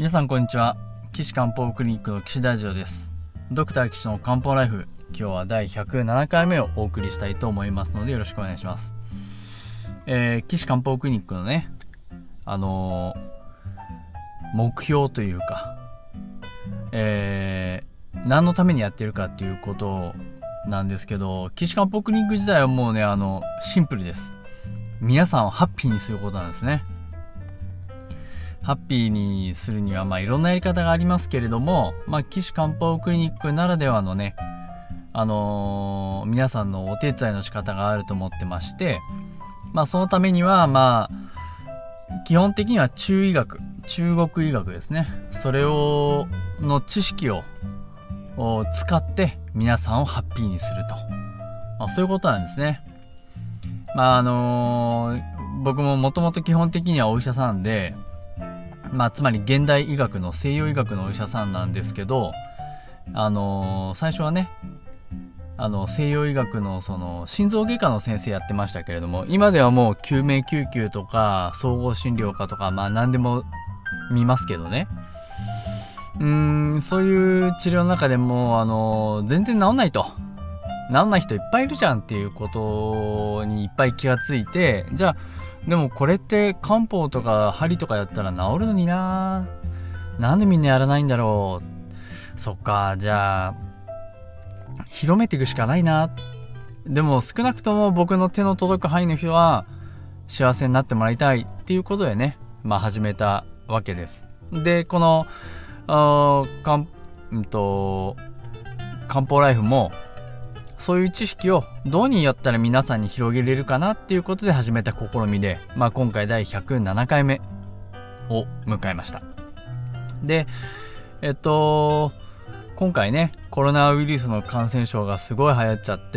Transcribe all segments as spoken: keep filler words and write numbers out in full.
皆さんこんにちは。岸漢方クリニックの岸大二郎です。ドクター岸の漢方ライフ、今日はだいひゃくななかいめをお送りしたいと思いますのでよろしくお願いします。えー、岸漢方クリニックのねあのー、目標というか、えー、何のためにやってるかっていうことなんですけど、岸漢方クリニック自体はもうねあのシンプルです。皆さんをハッピーにすることなんですね。ハッピーにするにはまあいろんなやり方がありますけれども、まあ岸漢方クリニックならではのねあのー、皆さんのお手伝いの仕方があると思ってまして、まあそのためにはまあ基本的には中医学、中国医学ですね。それをの知識を使って皆さんをハッピーにすると、まあ、そういうことなんですね。まああのー、僕ももともと基本的にはお医者さんで、まあつまり現代医学の西洋医学のお医者さんなんですけど、あのー、最初はねあの西洋医学のその心臓外科の先生やってましたけれども、今ではもう救命救急とか総合診療科とかまあ何でも見ますけどね、うーんそういう治療の中でもあのー、全然治んないと治んない人いっぱいいるじゃんっていうことにいっぱい気がついて、じゃあでもこれって漢方とか針とかやったら治るのにな、なんでみんなやらないんだろう、そっかじゃあ広めていくしかないな。でも少なくとも僕の手の届く範囲の人は幸せになってもらいたいっていうことでね、まあ始めたわけです。でこのあかん、うんと漢方ライフもそういう知識をどうにやったら皆さんに広げれるかなっていうことで始めた試みで、まあ今回だいひゃくななかいめを迎えました。でえっと今回ねコロナウイルスの感染症がすごい流行っちゃって、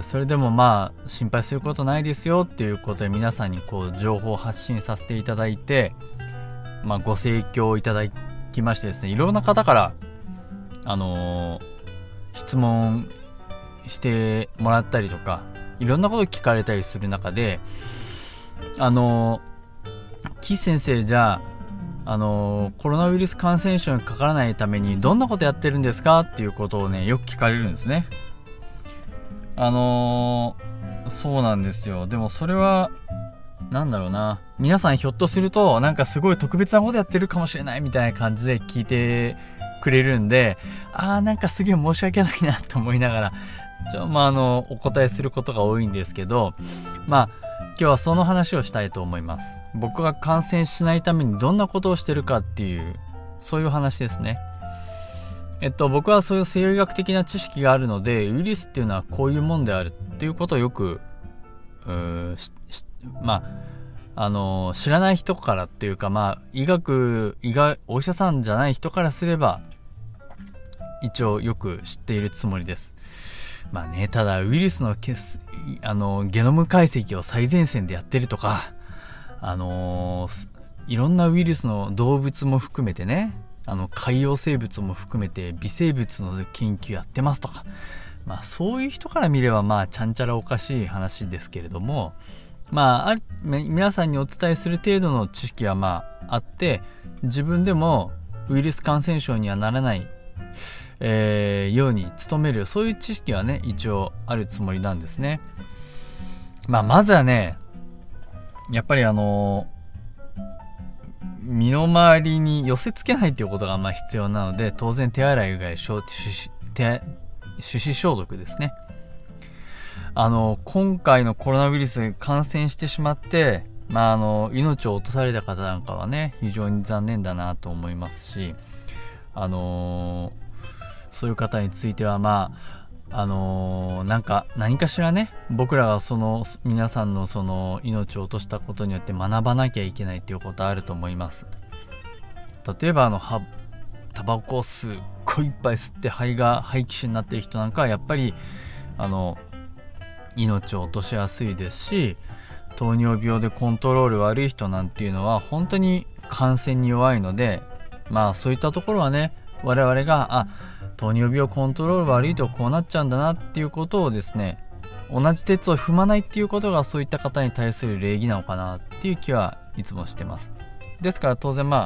それでもまあ心配することないですよっていうことで皆さんにこう情報を発信させていただいて、まあご盛況いただきましてですね、いろんな方からあのー、質問してもらったりとかいろんなこと聞かれたりする中で、あのー、岸先生じゃああのー、コロナウイルス感染症にかからないためにどんなことやってるんですかっていうことをねよく聞かれるんですね。あのー、そうなんですよ。でもそれはなんだろうな、皆さんひょっとするとなんかすごい特別なことやってるかもしれないみたいな感じで聞いてくれるんで、あーなんかすげえ申し訳ないなと思いながらちょまああのお答えすることが多いんですけど、まあ今日はその話をしたいと思います。僕が感染しないためにどんなことをしてるかっていうそういう話ですね。えっと僕はそういう西洋医学的な知識があるので、ウイルスっていうのはこういうもんであるっていうことをよくうししまああの知らない人からっていうか、まあ医学医学お医者さんじゃない人からすれば一応よく知っているつもりです。まあね、ただウイルスのケスあのゲノム解析を最前線でやってるとか、あのー、いろんなウイルスの動物も含めてね、あの海洋生物も含めて微生物の研究やってますとか、まあそういう人から見ればまあちゃんちゃらおかしい話ですけれども、まあある皆さんにお伝えする程度の知識はまああって、自分でもウイルス感染症にはならないえー、ように努める、そういう知識はね一応あるつもりなんですね。まあまずはねやっぱりあのー、身の回りに寄せ付けないっていうことがまあ必要なので、当然手洗いうがい手指消毒ですね。あの今回のコロナウイルスに感染してしまってまああの命を落とされた方なんかはね非常に残念だなと思いますし、あのーそういう方についてはまああのー、なんか何かしらね僕らがその皆さんのその命を落としたことによって学ばなきゃいけないっていうことあると思います。例えばあのはタバコをすっごいいっぱい吸って肺が肺気腫になってる人なんかはやっぱりあの命を落としやすいですし、糖尿病でコントロール悪い人なんていうのは本当に感染に弱いので、まあそういったところはね我々があ糖尿病コントロール悪いとこうなっちゃうんだなっていうことをですね、同じ鉄を踏まないっていうことがそういった方に対する礼儀なのかなっていう気はいつもしてます。ですから当然まあ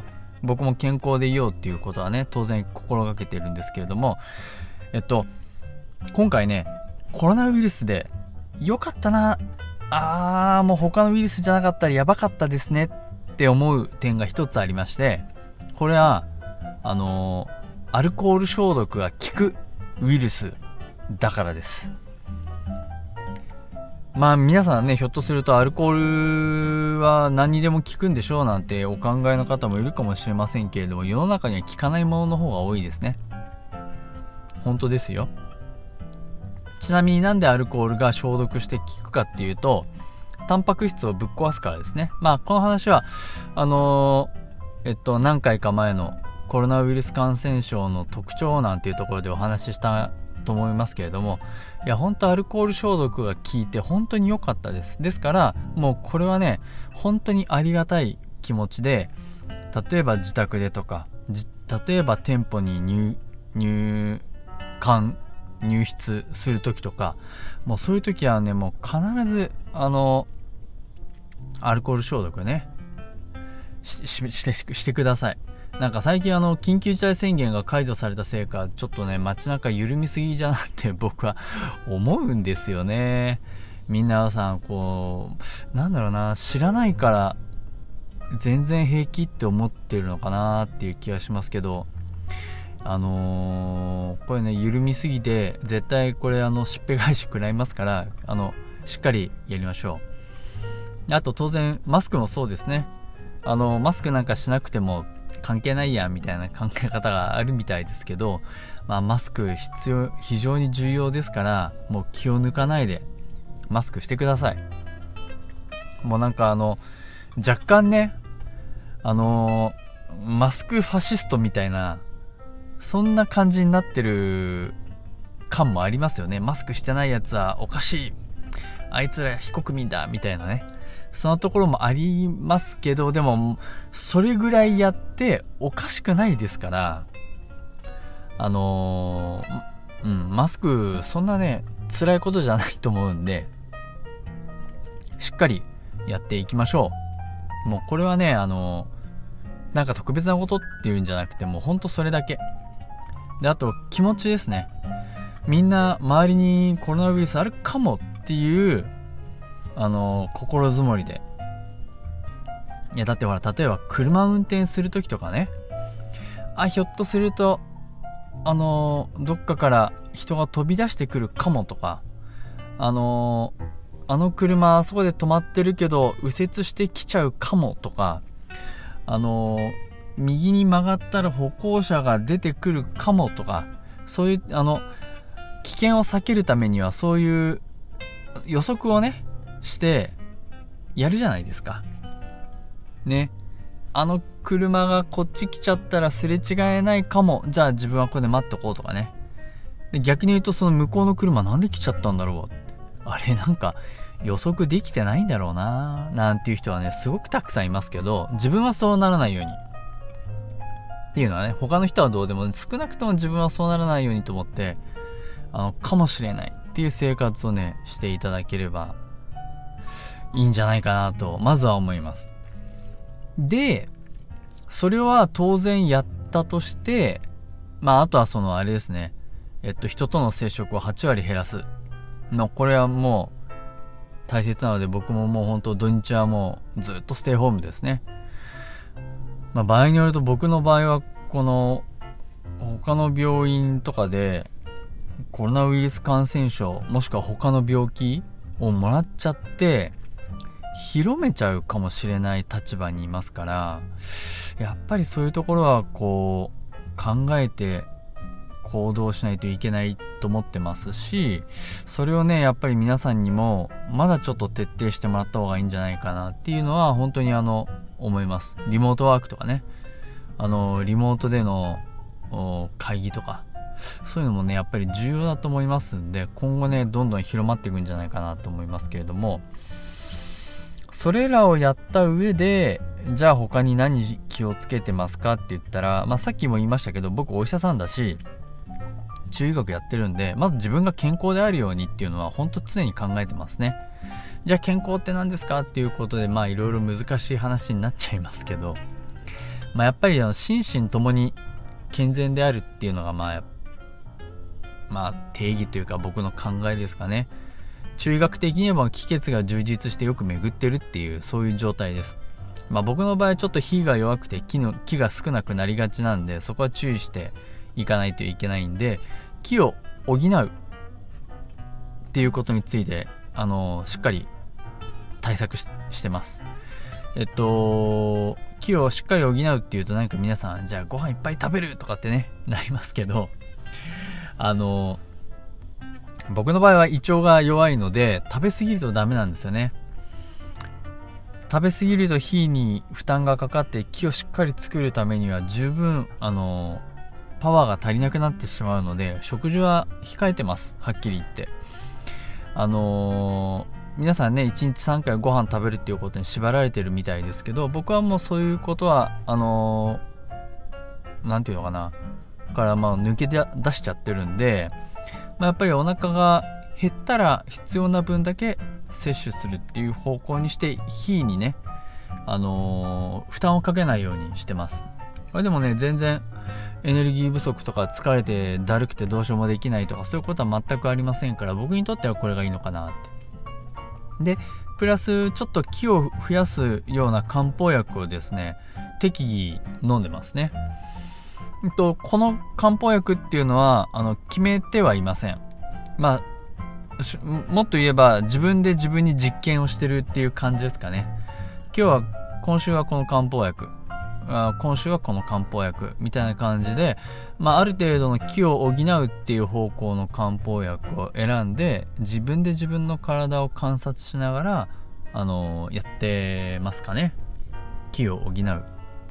僕も健康でいようっていうことはね当然心がけているんですけれども、えっと今回ねコロナウイルスで良かったなあーもう他のウイルスじゃなかったらやばかったですねって思う点が一つありまして、これはあのー、アルコール消毒が効くウイルスだからです。まあ皆さんねひょっとするとアルコールは何にでも効くんでしょうなんてお考えの方もいるかもしれませんけれども、世の中には効かないものの方が多いですね。本当ですよ。ちなみになんでアルコールが消毒して効くかっていうと、タンパク質をぶっ壊すからですね。まあこの話はあのー、えっと何回か前のコロナウイルス感染症の特徴なんていうところでお話ししたと思いますけれども、いや本当アルコール消毒が効いて本当に良かったです。ですからもうこれはね本当にありがたい気持ちで、例えば自宅でとか例えば店舗に入入館入室する時とか、もうそういう時はねもう必ずあのアルコール消毒ね し, し, してしてください。なんか最近あの緊急事態宣言が解除されたせいかちょっとね街中緩みすぎじゃなって僕は思うんですよね。皆さんこうなんだろうな、知らないから全然平気って思ってるのかなっていう気がしますけど、あのー、これね緩みすぎて絶対これあのしっぺ返し食らいますから、あのしっかりやりましょう。あと当然マスクもそうですね。あのマスクなんかしなくても関係ないやみたいな考え方があるみたいですけど、まあ、マスク必要非常に重要ですから、もう気を抜かないでマスクしてください。もうなんかあの若干ねあのー、マスクファシストみたいなそんな感じになってる感もありますよね。マスクしてないやつはおかしい、あいつら非国民だみたいなね、そのところもありますけど、でもそれぐらいやっておかしくないですから、あのー、うんマスクそんなね辛いことじゃないと思うんで、しっかりやっていきましょう。もうこれはねあのー、なんか特別なことっていうんじゃなくて、もうほんとそれだけで、あと気持ちですね。みんな周りにコロナウイルスあるかもっていうあの心づもりで、いやだってほら例えば車運転する時とかね、あひょっとするとあのどっかから人が飛び出してくるかもとか、あのあの車あそこで止まってるけど右折してきちゃうかもとか、あの右に曲がったら歩行者が出てくるかもとか、そういうあの危険を避けるためにはそういう予測をねしてやるじゃないですかね。あの車がこっち来ちゃったらすれ違えないかも、じゃあ自分はここで待っとこうとかね。で逆に言うとその向こうの車なんで来ちゃったんだろう、あれなんか予測できてないんだろうななんていう人はねすごくたくさんいますけど、自分はそうならないようにっていうのはね、他の人はどうでも少なくとも自分はそうならないようにと思って、あのかもしれないっていう生活をねしていただければいいんじゃないかなとまずは思います。でそれは当然やったとして、まああとはそのあれですね、えっと人との接触をはち割減らすの、これはもう大切なので、僕ももう本当土日はもうずっとステイホームですね。まあ場合によると僕の場合はこの他の病院とかでコロナウイルス感染症もしくは他の病気をもらっちゃって広めちゃうかもしれない立場にいますから、やっぱりそういうところはこう考えて行動しないといけないと思ってますし、それをねやっぱり皆さんにもまだちょっと徹底してもらった方がいいんじゃないかなっていうのは本当にあの思います。リモートワークとかね、あのリモートでの会議とかそういうのもねやっぱり重要だと思いますんで、今後ねどんどん広まっていくんじゃないかなと思いますけれども、それらをやった上でじゃあ他に何気をつけてますかって言ったら、まあさっきも言いましたけど僕お医者さんだし中医学やってるんで、まず自分が健康であるようにっていうのは本当常に考えてますね。じゃあ健康って何ですかっていうことでまあいろいろ難しい話になっちゃいますけど、 まあ、やっぱりあの心身ともに健全であるっていうのがまあまあ定義というか僕の考えですかね。中医学的には気血が充実してよく巡ってるっていうそういう状態です。まあ僕の場合ちょっと火が弱くて気の気が少なくなりがちなんで、そこは注意していかないといけないんで、気を補うっていうことについてあのしっかり対策 し, してます。えっと気をしっかり補うっていうとなんか皆さんじゃあご飯いっぱい食べるとかってねなりますけど、あの僕の場合は胃腸が弱いので食べ過ぎるとダメなんですよね。食べ過ぎると脾に負担がかかって気をしっかり作るためには十分あのパワーが足りなくなってしまうので、食事は控えてます。はっきり言ってあのー皆さんねいちにちさんかいご飯食べるっていうことに縛られてるみたいですけど、僕はもうそういうことはあのー、なんていうのかなからまあ抜け出しちゃってるんで、まあ、やっぱりお腹が減ったら必要な分だけ摂取するっていう方向にして脾にね、あのー、負担をかけないようにしてます。これでもね全然エネルギー不足とか疲れてだるくてどうしようもできないとかそういうことは全くありませんから、僕にとってはこれがいいのかなって。でプラスちょっと気を増やすような漢方薬をですね適宜飲んでますね。とこの漢方薬っていうのはあの決めてはいません。まあもっと言えば自分で自分に実験をしてるっていう感じですかね。今日は今週はこの漢方薬、あ今週はこの漢方薬みたいな感じで、まあ、ある程度の気を補うっていう方向の漢方薬を選んで自分で自分の体を観察しながら、あのー、やってますかね。気を補う。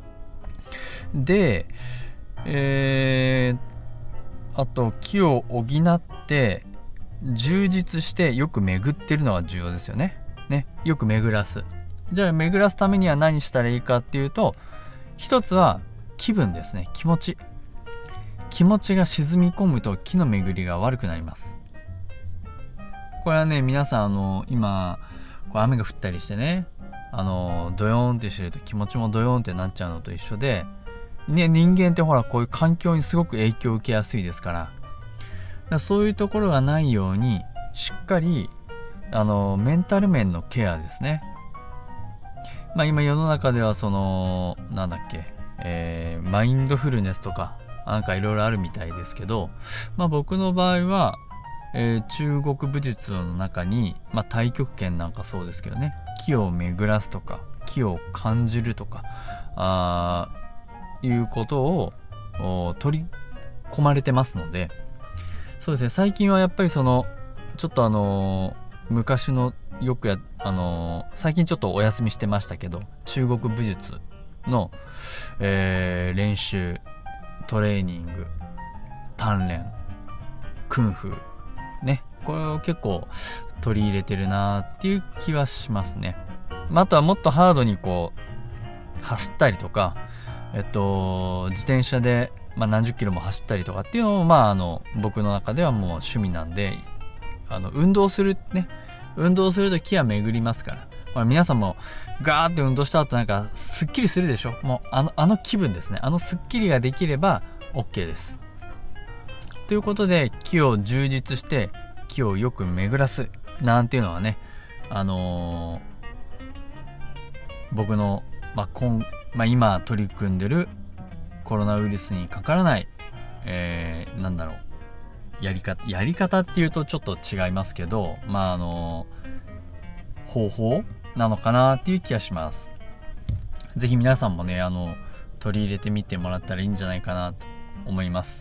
で、えー、あと気を補って充実してよく巡ってるのが重要ですよね。ね、よく巡らす。じゃあ巡らすためには何したらいいかっていうと、一つは気分ですね。気持ち気持ちが沈み込むと気の巡りが悪くなります。これはね皆さんあの今こう雨が降ったりしてね、あのドヨーンってしてると気持ちもドヨーンってなっちゃうのと一緒で、ね、人間ってほらこういう環境にすごく影響を受けやすいですから、だからそういうところがないようにしっかりあのメンタル面のケアですね。まあ今世の中ではそのなんだっけ、えー、マインドフルネスとかなんかいろいろあるみたいですけど、まあ僕の場合は、えー、中国武術の中に、まあ太極拳なんかそうですけどね、気を巡らすとか気を感じるとかあいうことを取り込まれてますので、そうですね最近はやっぱりそのちょっとあのー、昔のよくやあのー、最近ちょっとお休みしてましたけど中国武術の、えー、練習トレーニング鍛錬クンフーね、これを結構取り入れてるなっていう気はしますね。あとはもっとハードにこう走ったりとか、えっと自転車で、まあ、何十キロも走ったりとかっていうのもまああの僕の中ではもう趣味なんで、あの運動するね運動すると気は巡りますから、まあ、皆さんもガーって運動した後なんかスッキリするでしょ。もうあのあの気分ですね。あのスッキリができれば OK です。ということで気を充実して気をよく巡らすなんていうのはね、あのー、僕の、まあ今まあ、今取り組んでるコロナウイルスにかからない、えー、なんだろうやり方やり方っていうとちょっと違いますけど、まああの方法なのかなっていう気がします。ぜひ皆さんもねあの取り入れてみてもらったらいいんじゃないかなと思います。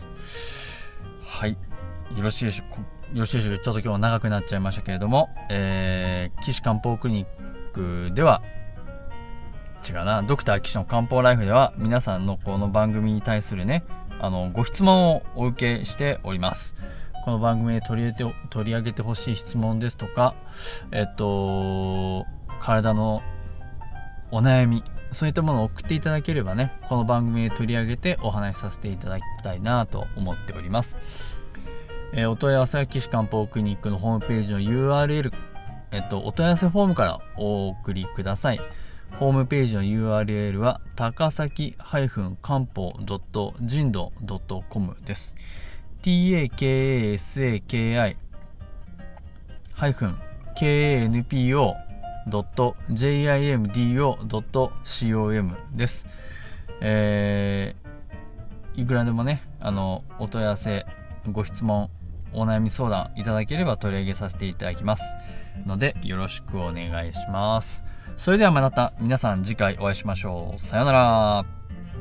はい、よろしいでしょうよろしいでしょうか。ちょっと今日は長くなっちゃいましたけれども、えー、岸漢方クリニックでは違うなドクター岸の漢方ライフでは皆さんのこの番組に対するねあのご質問をお受けしております。この番組で取り入れて取り上げてほしい質問ですとか、えっと体のお悩みそういったものを送っていただければねこの番組で取り上げてお話しさせていただきたいなと思っております。えー、お問い合わせは岸漢方クリニックのホームページの ユーアールエル、えっと、お問い合わせフォームからお送りください。 ホームページの ユーアールエル は高崎漢方人道 .com です。takasaki ハイフン kanpo.jimdo.com です。えー、いくらでもね、あの、お問い合わせ、ご質問、お悩み相談いただければ取り上げさせていただきますので、よろしくお願いします。それではまた皆さん次回お会いしましょう。さようなら。